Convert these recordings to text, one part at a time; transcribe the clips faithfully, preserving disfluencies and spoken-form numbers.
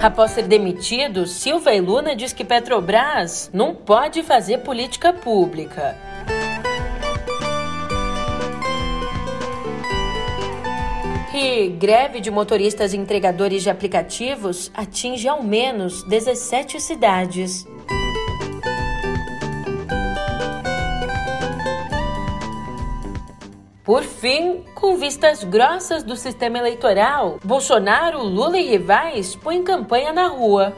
Após ser demitido, Silva e Luna diz que Petrobras não pode fazer política pública. E greve de motoristas e entregadores de aplicativos atinge ao menos dezessete cidades. Por fim, com vistas grossas do sistema eleitoral, Bolsonaro, Lula e rivais põem campanha na rua.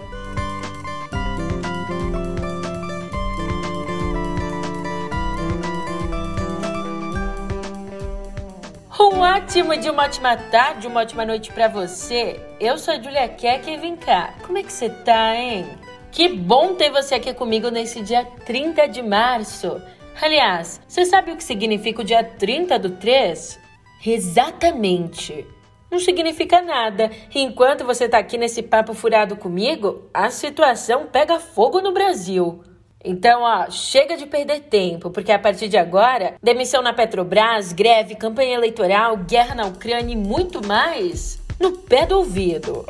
Um ótimo dia, uma ótima tarde, uma ótima noite pra você. Eu sou a Julia Keck e vem cá, como é que você tá, hein? Que bom ter você aqui comigo nesse dia trinta de março. Aliás, você sabe o que significa o dia trinta do três? Exatamente. Não significa nada. Enquanto você tá aqui nesse papo furado comigo, a situação pega fogo no Brasil. Então, ó, chega de perder tempo, porque a partir de agora, demissão na Petrobras, greve, campanha eleitoral, guerra na Ucrânia e muito mais no pé do ouvido.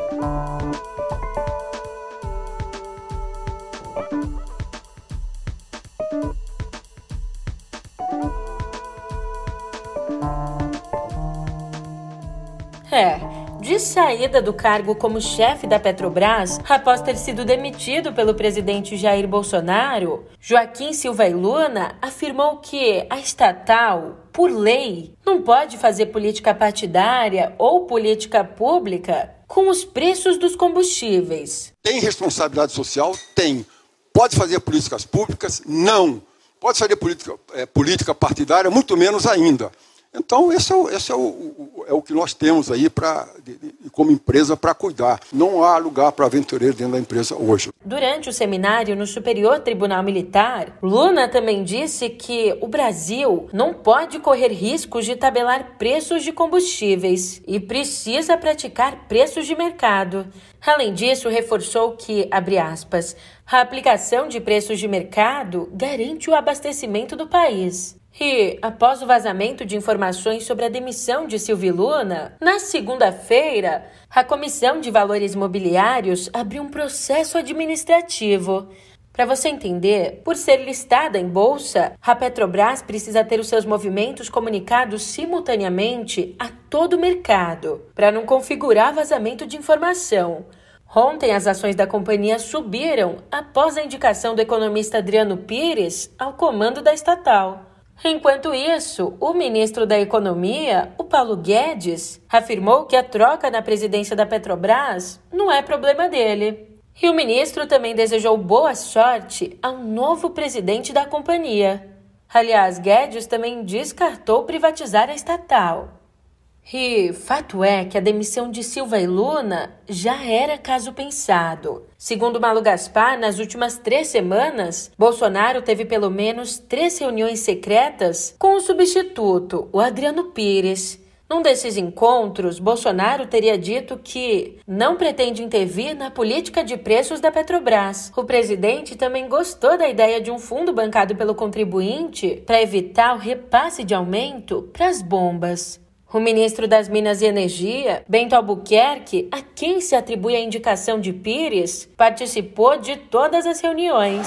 É, de saída do cargo como chefe da Petrobras, após ter sido demitido pelo presidente Jair Bolsonaro, Joaquim Silva e Luna afirmou que a estatal, por lei, não pode fazer política partidária ou política pública com os preços dos combustíveis. Tem responsabilidade social? Tem. Pode fazer políticas públicas? Não. Pode fazer política, é, política partidária? Muito menos ainda. Então, esse é o, esse é o, o, é o que nós temos aí pra, de, de, como empresa para cuidar. Não há lugar para aventureiro dentro da empresa hoje. Durante o seminário no Superior Tribunal Militar, Luna também disse que o Brasil não pode correr riscos de tabelar preços de combustíveis e precisa praticar preços de mercado. Além disso, reforçou que, abre aspas, a aplicação de preços de mercado garante o abastecimento do país. E, após o vazamento de informações sobre a demissão de Silva e Luna, na segunda-feira, a Comissão de Valores Mobiliários abriu um processo administrativo. Para você entender, por ser listada em bolsa, a Petrobras precisa ter os seus movimentos comunicados simultaneamente a todo o mercado, para não configurar vazamento de informação. Ontem, as ações da companhia subiram após a indicação do economista Adriano Pires ao comando da estatal. Enquanto isso, o ministro da Economia, o Paulo Guedes, afirmou que a troca na presidência da Petrobras não é problema dele. E o ministro também desejou boa sorte ao novo presidente da companhia. Aliás, Guedes também descartou privatizar a estatal. E fato é que a demissão de Silva e Luna já era caso pensado. Segundo Malu Gaspar, nas últimas três semanas, Bolsonaro teve pelo menos três reuniões secretas com o substituto, o Adriano Pires. Num desses encontros, Bolsonaro teria dito que não pretende intervir na política de preços da Petrobras. O presidente também gostou da ideia de um fundo bancado pelo contribuinte para evitar o repasse de aumento para as bombas. O ministro das Minas e Energia, Bento Albuquerque, a quem se atribui a indicação de Pires, participou de todas as reuniões.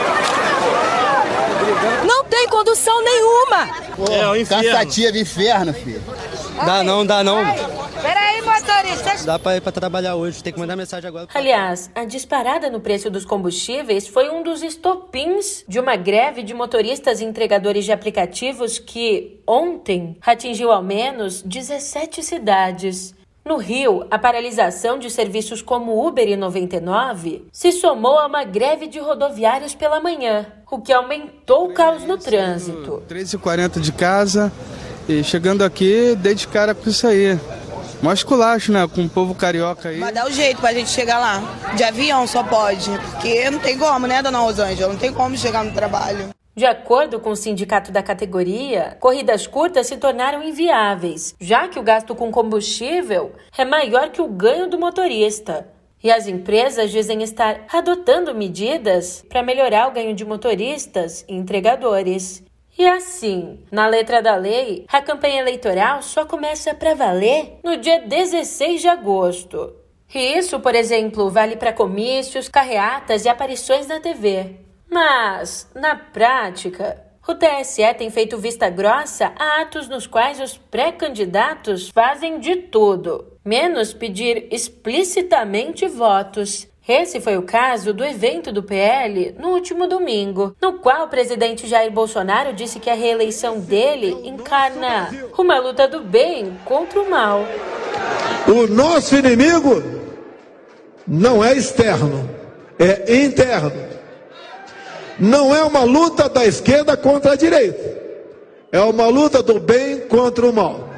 Não tem condução nenhuma! Pô, é o inferno. Cansativa, inferno, filho. Dá não, dá não. Peraí, motorista. Dá pra ir pra trabalhar hoje, tem que mandar mensagem agora. Aliás, a disparada no preço dos combustíveis foi um dos estopins de uma greve de motoristas e entregadores de aplicativos que, ontem, atingiu ao menos dezessete cidades. No Rio, a paralisação de serviços como Uber e noventa e nove se somou a uma greve de rodoviários pela manhã, o que aumentou o caos no trânsito. três e quarenta de casa e chegando aqui, dei de cara com isso aí. Mó esculacho, né? Com o povo carioca aí. Vai dar o jeito pra gente chegar lá. De avião só pode. Porque não tem como, né, dona Rosângela? Não tem como chegar no trabalho. De acordo com o sindicato da categoria, corridas curtas se tornaram inviáveis, já que o gasto com combustível é maior que o ganho do motorista. E as empresas dizem estar adotando medidas para melhorar o ganho de motoristas e entregadores. E assim, na letra da lei, a campanha eleitoral só começa para valer no dia dezesseis de agosto. E isso, por exemplo, vale para comícios, carreatas e aparições na T V. Mas, na prática, o T S E tem feito vista grossa a atos nos quais os pré-candidatos fazem de tudo, menos pedir explicitamente votos. Esse foi o caso do evento do P L no último domingo, no qual o presidente Jair Bolsonaro disse que a reeleição dele encarna uma luta do bem contra o mal. O nosso inimigo não é externo, é interno. Não é uma luta da esquerda contra a direita. É uma luta do bem contra o mal.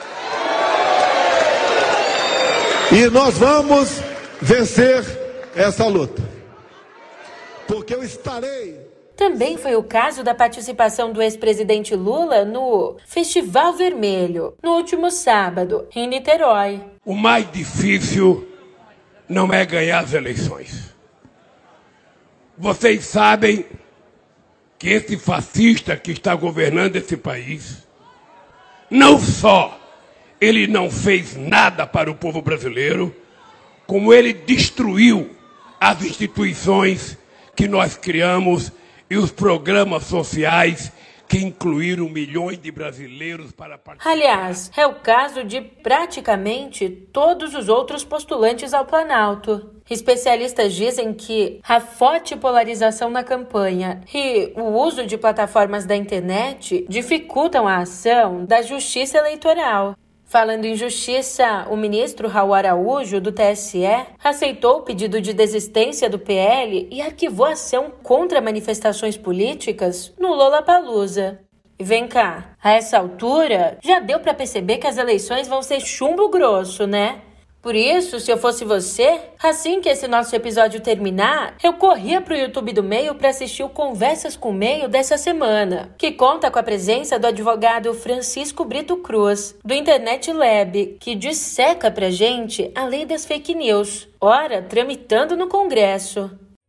E nós vamos vencer essa luta. Porque eu estarei... Também foi o caso da participação do ex-presidente Lula no Festival Vermelho, no último sábado, em Niterói. O mais difícil não é ganhar as eleições. Vocês sabem que esse fascista que está governando esse país, não só ele não fez nada para o povo brasileiro, como ele destruiu as instituições que nós criamos e os programas sociais que incluíram milhões de brasileiros para participar. Aliás, é o caso de praticamente todos os outros postulantes ao Planalto. Especialistas dizem que a forte polarização na campanha e o uso de plataformas da internet dificultam a ação da Justiça Eleitoral. Falando em justiça, o ministro Raul Araújo, do T S E, aceitou o pedido de desistência do P L e arquivou a ação contra manifestações políticas no Lollapalooza. E vem cá, a essa altura, já deu para perceber que as eleições vão ser chumbo grosso, né? Por isso, se eu fosse você, assim que esse nosso episódio terminar, eu corria pro YouTube do Meio para assistir o Conversas com o Meio dessa semana, que conta com a presença do advogado Francisco Brito Cruz, do Internet Lab, que disseca pra gente a lei das fake news, ora tramitando no Congresso.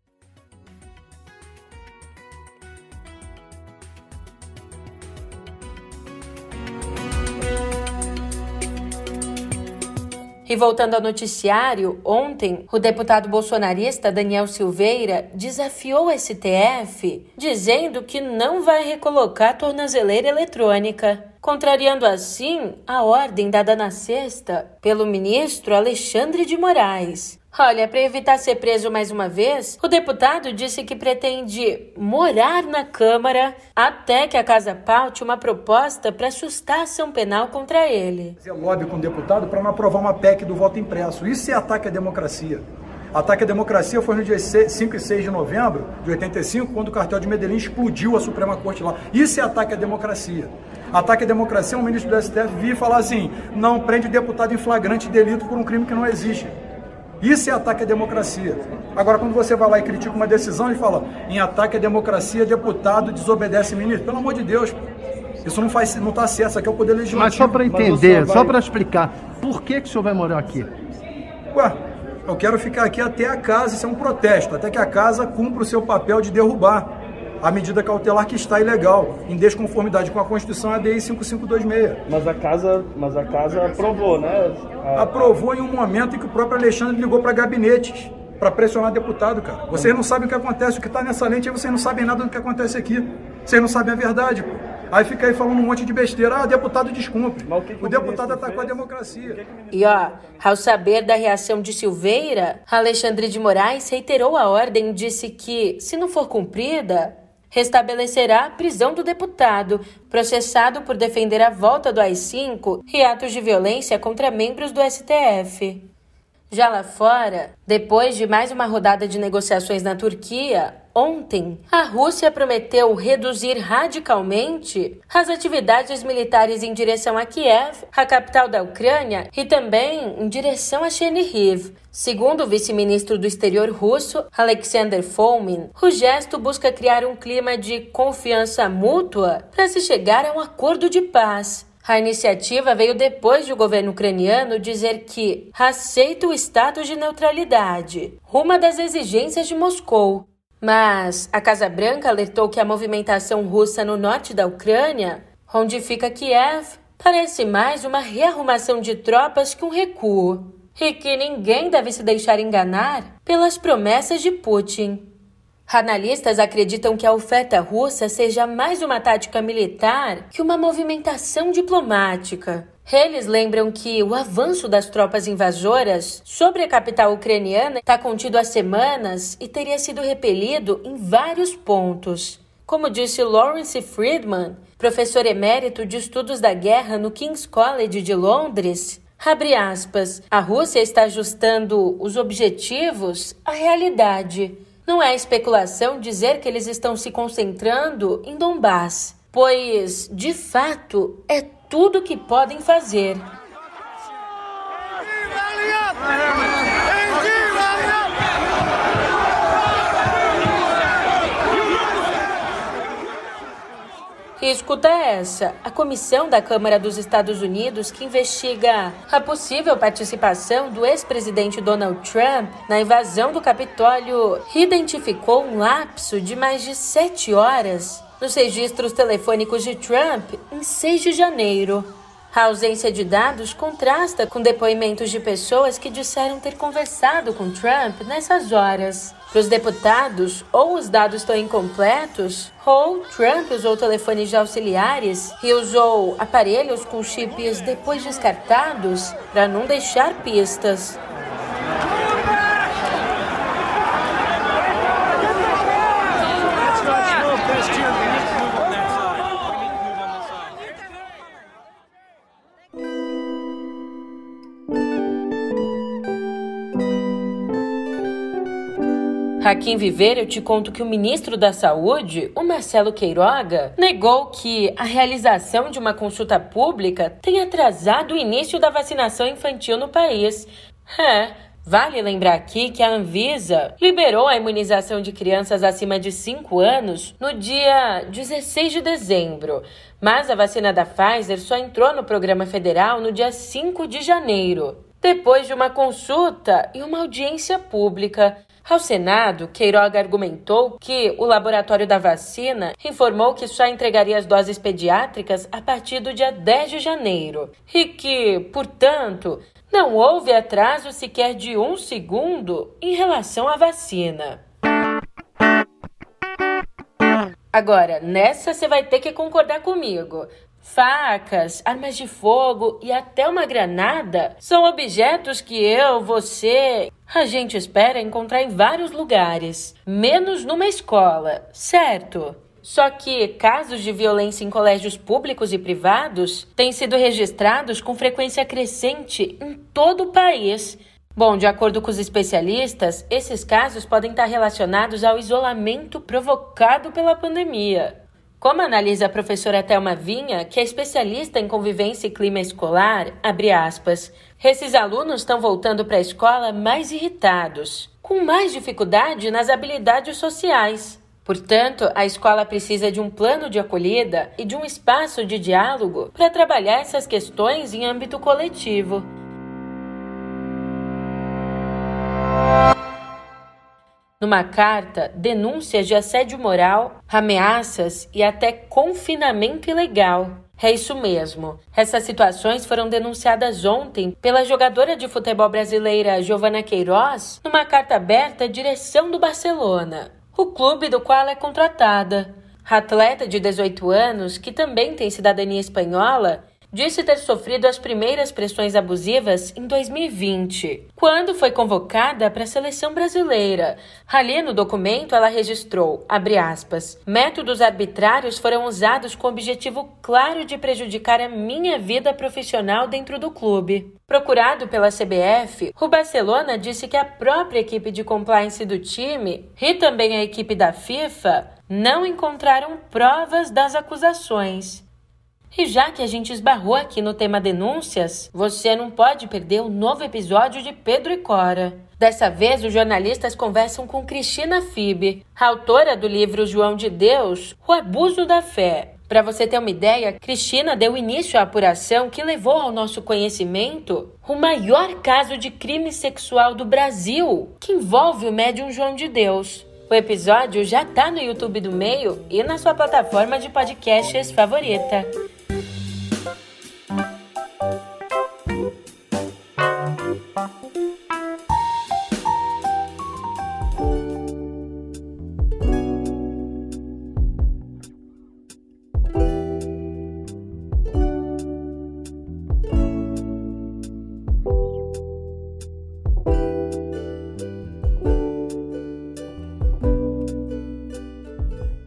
E voltando ao noticiário, ontem, o deputado bolsonarista Daniel Silveira desafiou o S T F, dizendo que não vai recolocar a tornozeleira eletrônica, contrariando assim a ordem dada na sexta pelo ministro Alexandre de Moraes. Olha, para evitar ser preso mais uma vez, o deputado disse que pretende morar na Câmara até que a Casa paute uma proposta para sustar a ação penal contra ele. Fazer lobby com o deputado para não aprovar uma P E C do voto impresso. Isso é ataque à democracia. Ataque à democracia foi no dia cinco e seis de novembro de oitenta e cinco, quando o cartel de Medellín explodiu a Suprema Corte lá. Isso é ataque à democracia. Ataque à democracia é um ministro do S T F vir e falar assim, não prende o deputado em flagrante delito por um crime que não existe. Isso é ataque à democracia. Agora, quando você vai lá e critica uma decisão e fala em ataque à democracia, deputado desobedece ministro, pelo amor de Deus, isso não faz, não está certo, isso aqui é o poder legislativo. Mas só para entender, vai... só para explicar, por que, que o senhor vai morar aqui? Ué, eu quero ficar aqui até a casa, isso é um protesto, até que a casa cumpra o seu papel de derrubar a medida cautelar que está ilegal, em desconformidade com a Constituição, a D I cinco cinco dois seis. Mas a casa, mas a casa aprovou, né? A... Aprovou em um momento em que o próprio Alexandre ligou para gabinetes para pressionar deputado, cara. Vocês não sabem o que acontece, o que está nessa lente, aí vocês não sabem nada do que acontece aqui. Vocês não sabem a verdade, pô. Aí fica aí falando um monte de besteira, ah, deputado descumpre. O, que que o deputado atacou a democracia. E ó, ao saber da reação de Silveira, Alexandre de Moraes reiterou a ordem e disse que, se não for cumprida, restabelecerá a prisão do deputado, processado por defender a volta do A I cinco e atos de violência contra membros do S T F. Já lá fora, depois de mais uma rodada de negociações na Turquia, ontem, a Rússia prometeu reduzir radicalmente as atividades militares em direção a Kiev, a capital da Ucrânia, e também em direção a Chernihiv. Segundo o vice-ministro do exterior russo, Alexander Fomin, o gesto busca criar um clima de confiança mútua para se chegar a um acordo de paz. A iniciativa veio depois de o governo ucraniano dizer que aceita o status de neutralidade, uma das exigências de Moscou. Mas a Casa Branca alertou que a movimentação russa no norte da Ucrânia, onde fica Kiev, parece mais uma rearrumação de tropas que um recuo. e que ninguém deve se deixar enganar pelas promessas de Putin. Analistas acreditam que a oferta russa seja mais uma tática militar que uma movimentação diplomática. Eles lembram que o avanço das tropas invasoras sobre a capital ucraniana está contido há semanas e teria sido repelido em vários pontos. Como disse Lawrence Friedman, professor emérito de estudos da guerra no King's College de Londres, abre aspas, a Rússia está ajustando os objetivos à realidade. Não é especulação dizer que eles estão se concentrando em Donbass, pois, de fato, é tudo que podem fazer. E escuta essa, a comissão da Câmara dos Estados Unidos que investiga a possível participação do ex-presidente Donald Trump na invasão do Capitólio identificou um lapso de mais de sete horas nos registros telefônicos de Trump em seis de janeiro. A ausência de dados contrasta com depoimentos de pessoas que disseram ter conversado com Trump nessas horas. Para os deputados, ou os dados estão incompletos, ou Trump usou telefones de auxiliares e usou aparelhos com chips depois descartados para não deixar pistas. Aqui em Viver, eu te conto que o ministro da Saúde, o Marcelo Queiroga, negou que a realização de uma consulta pública tenha atrasado o início da vacinação infantil no país. É, vale lembrar aqui que a Anvisa liberou a imunização de crianças acima de cinco anos no dia dezesseis de dezembro, mas a vacina da Pfizer só entrou no programa federal no dia cinco de janeiro, depois de uma consulta e uma audiência pública. Ao Senado, Queiroga argumentou que o laboratório da vacina informou que só entregaria as doses pediátricas a partir do dia dez de janeiro e que, portanto, não houve atraso sequer de um segundo em relação à vacina. Agora, nessa você vai ter que concordar comigo. Facas, armas de fogo e até uma granada são objetos que eu, você, a gente espera encontrar em vários lugares, menos numa escola, certo? Só que casos de violência em colégios públicos e privados têm sido registrados com frequência crescente em todo o país. Bom, de acordo com os especialistas, esses casos podem estar relacionados ao isolamento provocado pela pandemia. Como analisa a professora Thelma Vinha, que é especialista em convivência e clima escolar, abre aspas, esses alunos estão voltando para a escola mais irritados, com mais dificuldade nas habilidades sociais. Portanto, a escola precisa de um plano de acolhida e de um espaço de diálogo para trabalhar essas questões em âmbito coletivo. Numa carta, denúncias de assédio moral, ameaças e até confinamento ilegal. É isso mesmo. Essas situações foram denunciadas ontem pela jogadora de futebol brasileira Giovana Queiroz numa carta aberta à direção do Barcelona, o clube do qual é contratada. A atleta de dezoito anos, que também tem cidadania espanhola, disse ter sofrido as primeiras pressões abusivas em dois mil e vinte, quando foi convocada para a seleção brasileira. Ali no documento ela registrou, abre aspas, métodos arbitrários foram usados com o objetivo claro de prejudicar a minha vida profissional dentro do clube. Procurado pela C B F, o Barcelona disse que a própria equipe de compliance do time e também a equipe da FIFA não encontraram provas das acusações. E já que a gente esbarrou aqui no tema denúncias, você não pode perder o novo episódio de Pedro e Cora. Dessa vez, os jornalistas conversam com Cristina Fibe, autora do livro João de Deus, O Abuso da Fé. Para você ter uma ideia, Cristina deu início à apuração que levou ao nosso conhecimento o maior caso de crime sexual do Brasil, que envolve o médium João de Deus. O episódio já tá no YouTube do Meio e na sua plataforma de podcasts favorita. Bye.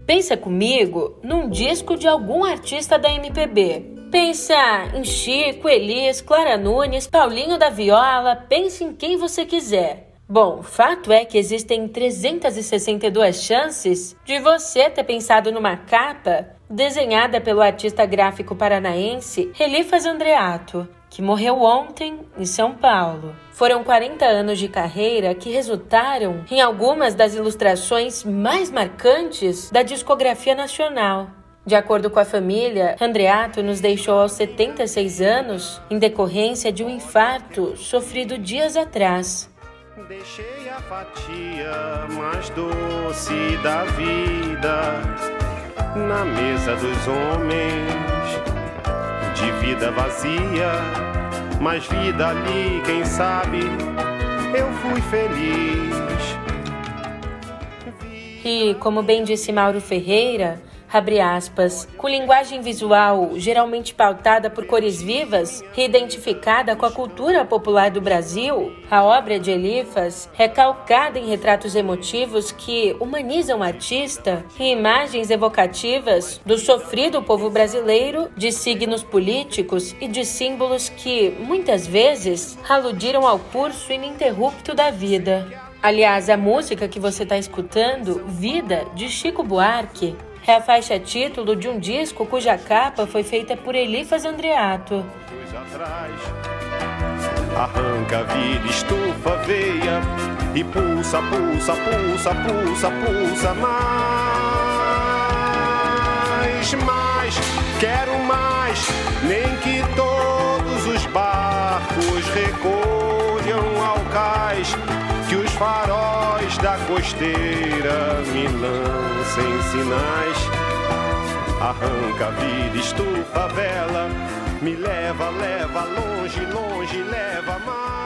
Pensa comigo num disco de algum artista da M P B. Pensa em Chico, Elis, Clara Nunes, Paulinho da Viola, pense em quem você quiser. Bom, fato é que existem trezentas e sessenta e duas chances de você ter pensado numa capa desenhada pelo artista gráfico paranaense Relifas Andreato, que morreu ontem em São Paulo. Foram quarenta anos de carreira que resultaram em algumas das ilustrações mais marcantes da discografia nacional. De acordo com a família, Andreato nos deixou aos setenta e seis anos em decorrência de um infarto sofrido dias atrás. Deixei a fatia mais doce da vida na mesa dos homens, de vida vazia, mas vida ali, quem sabe, eu fui feliz. E, como bem disse Mauro Ferreira, abre aspas, com linguagem visual geralmente pautada por cores vivas e identificada com a cultura popular do Brasil, a obra de Relifas é calcada em retratos emotivos que humanizam o artista e imagens evocativas do sofrido povo brasileiro, de signos políticos e de símbolos que, muitas vezes, aludiram ao curso ininterrupto da vida. Aliás, a música que você está escutando, Vida, de Chico Buarque, é a faixa título de um disco cuja capa foi feita por Relifas Andreato. Arranca a vida, estufa a veia e pulsa, pulsa, pulsa, pulsa, pulsa mais, mais, quero mais, nem que todos os barcos recolham ao cais, que os faróis da costeira me lancem sinais. Arranca a vida, estufa a vela, me leva, leva longe, longe, leva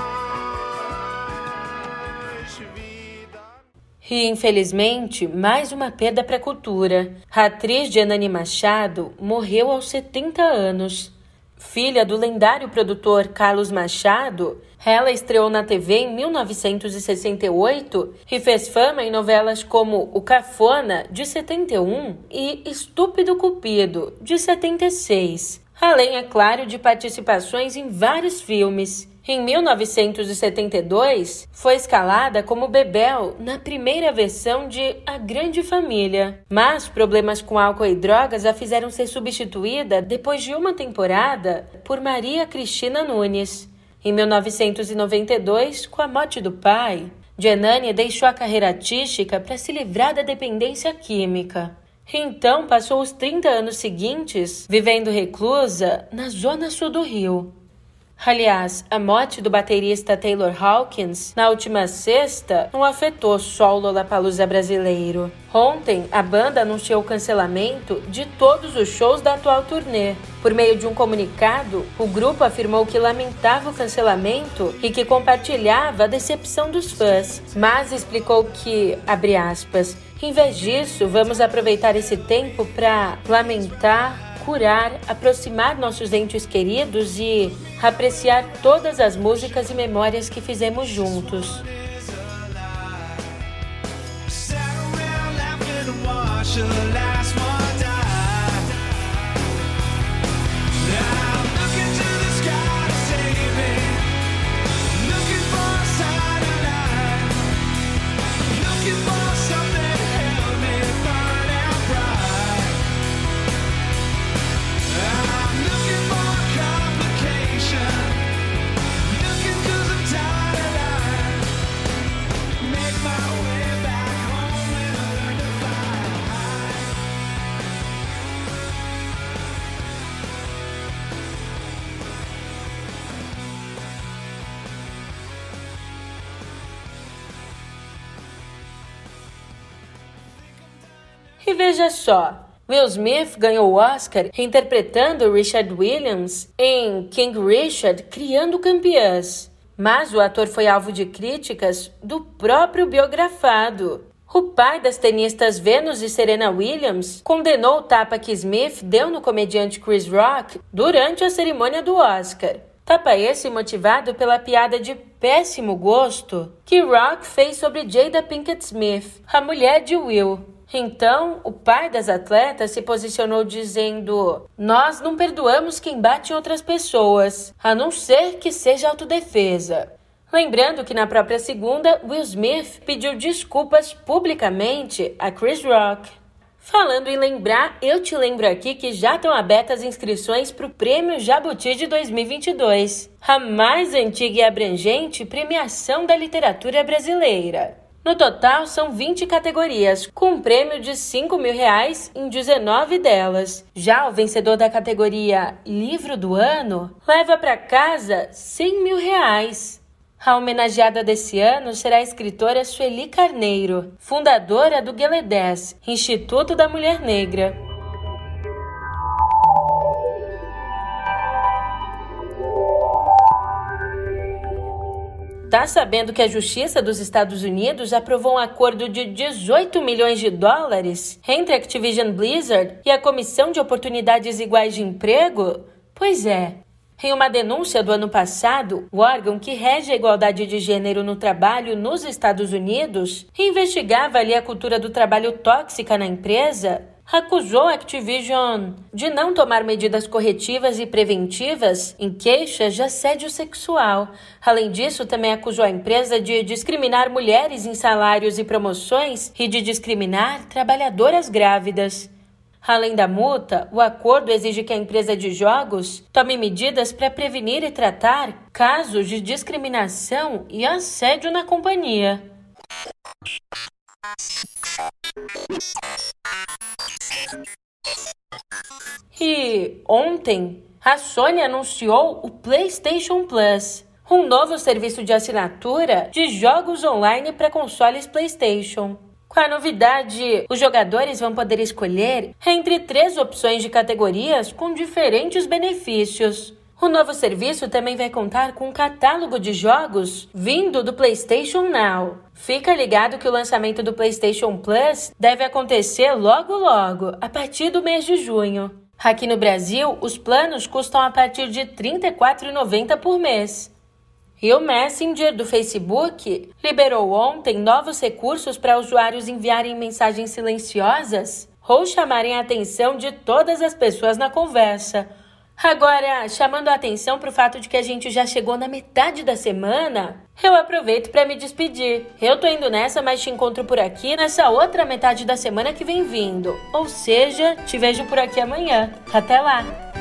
mais vida. E, infelizmente, mais uma perda para a cultura. A atriz Janane Machado morreu aos setenta anos. Filha do lendário produtor Carlos Machado, ela estreou na T V em mil novecentos e sessenta e oito e fez fama em novelas como O Cafona, de setenta e um, e Estúpido Cupido, de setenta e seis. Além, é claro, de participações em vários filmes. Em mil novecentos e setenta e dois, foi escalada como Bebel na primeira versão de A Grande Família. Mas problemas com álcool e drogas a fizeram ser substituída, depois de uma temporada, por Maria Cristina Nunes. Em mil novecentos e noventa e dois, com a morte do pai, Janane deixou a carreira artística para se livrar da dependência química. Então passou os trinta anos seguintes vivendo reclusa na zona sul do Rio. Aliás, a morte do baterista Taylor Hawkins na última sexta não afetou só o Lollapalooza brasileiro. Ontem, a banda anunciou o cancelamento de todos os shows da atual turnê. Por meio de um comunicado, o grupo afirmou que lamentava o cancelamento e que compartilhava a decepção dos fãs, mas explicou que, abre aspas, em vez disso, vamos aproveitar esse tempo para lamentar, curar, aproximar nossos entes queridos e apreciar todas as músicas e memórias que fizemos juntos. E veja só, Will Smith ganhou o Oscar interpretando Richard Williams em King Richard, Criando Campeãs. Mas o ator foi alvo de críticas do próprio biografado. O pai das tenistas Venus e Serena Williams condenou o tapa que Smith deu no comediante Chris Rock durante a cerimônia do Oscar. Tapa esse motivado pela piada de péssimo gosto que Rock fez sobre Jada Pinkett Smith, a mulher de Will. Então, o pai das atletas se posicionou dizendo: nós não perdoamos quem bate em outras pessoas, a não ser que seja autodefesa. Lembrando que na própria segunda, Will Smith pediu desculpas publicamente a Chris Rock. Falando em lembrar, eu te lembro aqui que já estão abertas as inscrições para o Prêmio Jabuti de dois mil e vinte e dois, a mais antiga e abrangente premiação da literatura brasileira. No total, são vinte categorias, com um prêmio de cinco mil reais em dezenove delas. Já o vencedor da categoria Livro do Ano leva para casa cem mil reais. A homenageada desse ano será a escritora Sueli Carneiro, fundadora do Gueledés, Instituto da Mulher Negra. Tá sabendo que a Justiça dos Estados Unidos aprovou um acordo de dezoito milhões de dólares entre a Activision Blizzard e a Comissão de Oportunidades Iguais de Emprego? Pois é. Em uma denúncia do ano passado, o órgão que rege a igualdade de gênero no trabalho nos Estados Unidos e investigava ali a cultura do trabalho tóxica na empresa, acusou a Activision de não tomar medidas corretivas e preventivas em queixas de assédio sexual. Além disso, também acusou a empresa de discriminar mulheres em salários e promoções e de discriminar trabalhadoras grávidas. Além da multa, o acordo exige que a empresa de jogos tome medidas para prevenir e tratar casos de discriminação e assédio na companhia. E ontem, a Sony anunciou o PlayStation Plus, um novo serviço de assinatura de jogos online para consoles PlayStation. Com a novidade, os jogadores vão poder escolher entre três opções de categorias com diferentes benefícios. O novo serviço também vai contar com um catálogo de jogos vindo do PlayStation Now. Fica ligado que o lançamento do PlayStation Plus deve acontecer logo logo, a partir do mês de junho. Aqui no Brasil, os planos custam a partir de trinta e quatro reais e noventa centavos por mês. E o Messenger do Facebook liberou ontem novos recursos para usuários enviarem mensagens silenciosas ou chamarem a atenção de todas as pessoas na conversa. Agora, chamando a atenção para o fato de que a gente já chegou na metade da semana, eu aproveito para me despedir. Eu tô indo nessa, mas te encontro por aqui nessa outra metade da semana que vem vindo. Ou seja, te vejo por aqui amanhã. Até lá!